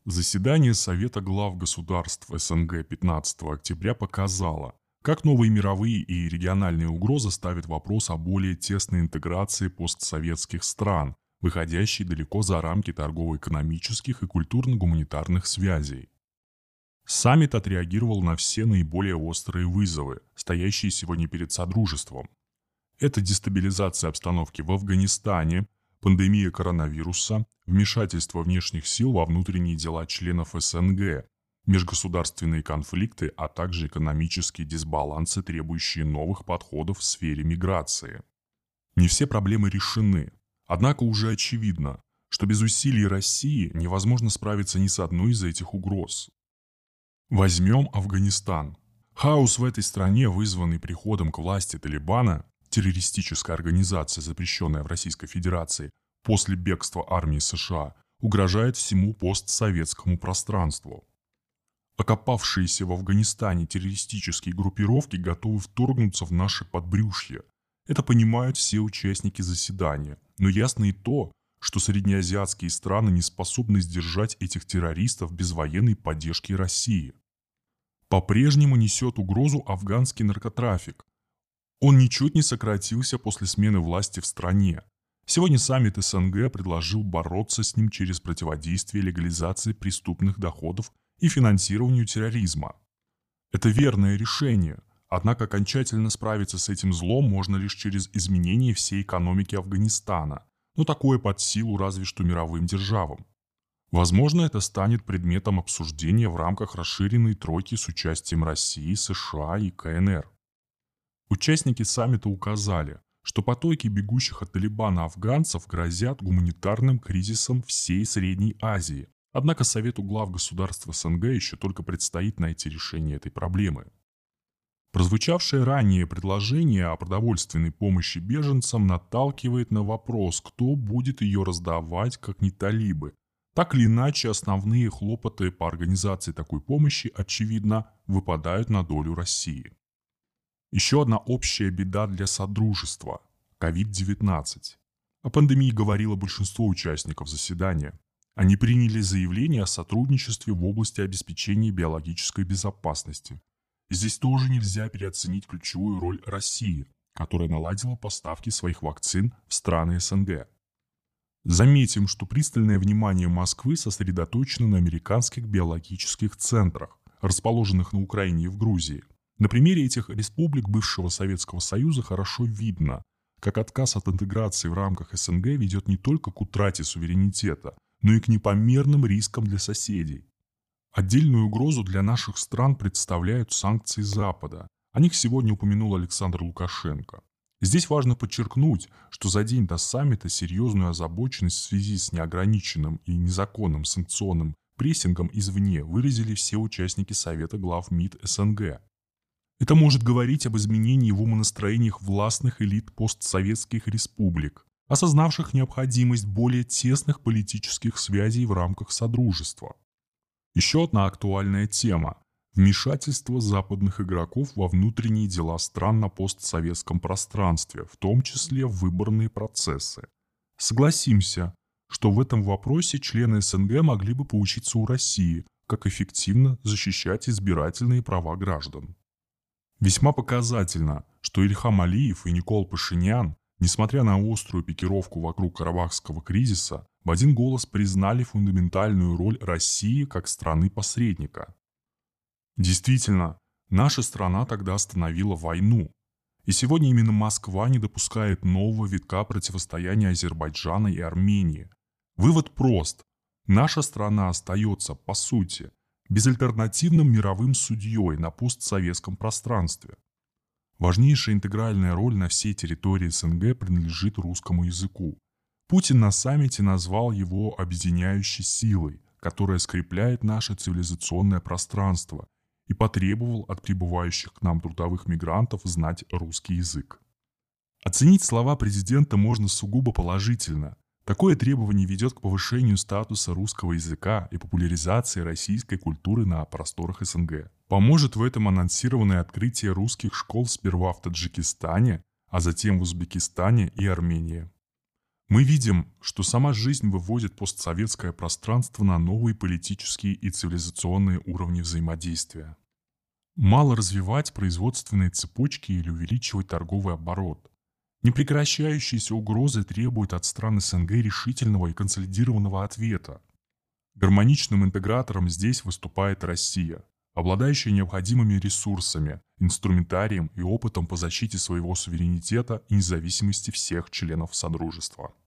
Заседание Совета глав государств СНГ 15 октября показало, как новые мировые и региональные угрозы ставят вопрос о более тесной интеграции постсоветских стран, выходящей далеко за рамки торгово-экономических и культурно-гуманитарных связей. Саммит отреагировал на все наиболее острые вызовы, стоящие сегодня перед Содружеством. Это дестабилизация обстановки в Афганистане, пандемия коронавируса, вмешательство внешних сил во внутренние дела членов СНГ, межгосударственные конфликты, а также экономические дисбалансы, требующие новых подходов в сфере миграции. Не все проблемы решены, однако уже очевидно, что без усилий России невозможно справиться ни с одной из этих угроз. Возьмем Афганистан. Хаос в этой стране, вызванный приходом к власти Талибана, террористическая организация, запрещенная в Российской Федерации, после бегства армии США, угрожает всему постсоветскому пространству. Окопавшиеся в Афганистане террористические группировки готовы вторгнуться в наше подбрюшье. Это понимают все участники заседания, но ясно и то, что среднеазиатские страны не способны сдержать этих террористов без военной поддержки России. По-прежнему несет угрозу афганский наркотрафик. Он ничуть не сократился после смены власти в стране. Сегодня саммит СНГ предложил бороться с ним через противодействие легализации преступных доходов и финансированию терроризма. Это верное решение, однако окончательно справиться с этим злом можно лишь через изменение всей экономики Афганистана, но такое под силу разве что мировым державам. Возможно, это станет предметом обсуждения в рамках расширенной тройки с участием России, США и КНР. Участники саммита указали, что потоки бегущих от Талибана афганцев грозят гуманитарным кризисом всей Средней Азии. Однако Совету глав государств СНГ еще только предстоит найти решение этой проблемы. Прозвучавшее ранее предложение о продовольственной помощи беженцам наталкивает на вопрос, кто будет ее раздавать, как не талибы. Так или иначе, основные хлопоты по организации такой помощи, очевидно, выпадают на долю России. Еще одна общая беда для Содружества – COVID-19. О пандемии говорило большинство участников заседания. Они приняли заявление о сотрудничестве в области обеспечения биологической безопасности. Здесь тоже нельзя переоценить ключевую роль России, которая наладила поставки своих вакцин в страны СНГ. Заметим, что пристальное внимание Москвы сосредоточено на американских биологических центрах, расположенных на Украине и в Грузии. На примере этих республик бывшего Советского Союза хорошо видно, как отказ от интеграции в рамках СНГ ведет не только к утрате суверенитета, но и к непомерным рискам для соседей. Отдельную угрозу для наших стран представляют санкции Запада. О них сегодня упомянул Александр Лукашенко. Здесь важно подчеркнуть, что за день до саммита серьезную озабоченность в связи с неограниченным и незаконным санкционным прессингом извне выразили все участники Совета глав МИД СНГ. Это может говорить об изменении в умонастроениях властных элит постсоветских республик, осознавших необходимость более тесных политических связей в рамках Содружества. Еще одна актуальная тема – вмешательство западных игроков во внутренние дела стран на постсоветском пространстве, в том числе в выборные процессы. Согласимся, что в этом вопросе члены СНГ могли бы поучиться у России, как эффективно защищать избирательные права граждан. Весьма показательно, что Ильхам Алиев и Никол Пашинян, несмотря на острую пикировку вокруг карабахского кризиса, в один голос признали фундаментальную роль России как страны-посредника. Действительно, наша страна тогда остановила войну. И сегодня именно Москва не допускает нового витка противостояния Азербайджана и Армении. Вывод прост. Наша страна остается, по сути, безальтернативным мировым судьей на постсоветском пространстве. Важнейшая интегральная роль на всей территории СНГ принадлежит русскому языку. Путин на саммите назвал его объединяющей силой, которая скрепляет наше цивилизационное пространство, и потребовал от прибывающих к нам трудовых мигрантов знать русский язык. Оценить слова президента можно сугубо положительно. Такое требование ведет к повышению статуса русского языка и популяризации российской культуры на просторах СНГ. Поможет в этом анонсированное открытие русских школ сперва в Таджикистане, а затем в Узбекистане и Армении. Мы видим, что сама жизнь выводит постсоветское пространство на новые политические и цивилизационные уровни взаимодействия. Мало развивать производственные цепочки или увеличивать торговый оборот. Непрекращающиеся угрозы требуют от стран СНГ решительного и консолидированного ответа. Гармоничным интегратором здесь выступает Россия, обладающая необходимыми ресурсами, инструментарием и опытом по защите своего суверенитета и независимости всех членов Содружества.